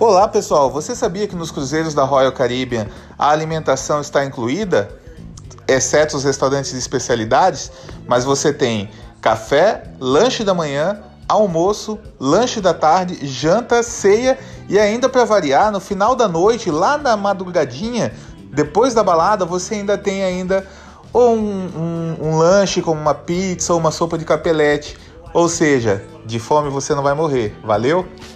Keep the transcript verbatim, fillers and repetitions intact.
Olá pessoal, você sabia que nos cruzeiros da Royal Caribbean a alimentação está incluída, exceto os restaurantes de especialidades, mas você tem café, lanche da manhã, almoço, lanche da tarde, janta, ceia e ainda para variar, no final da noite, lá na madrugadinha, depois da balada, você ainda tem ainda ou um, um, um lanche como uma pizza ou uma sopa de capelete, ou seja, de fome você não vai morrer, valeu?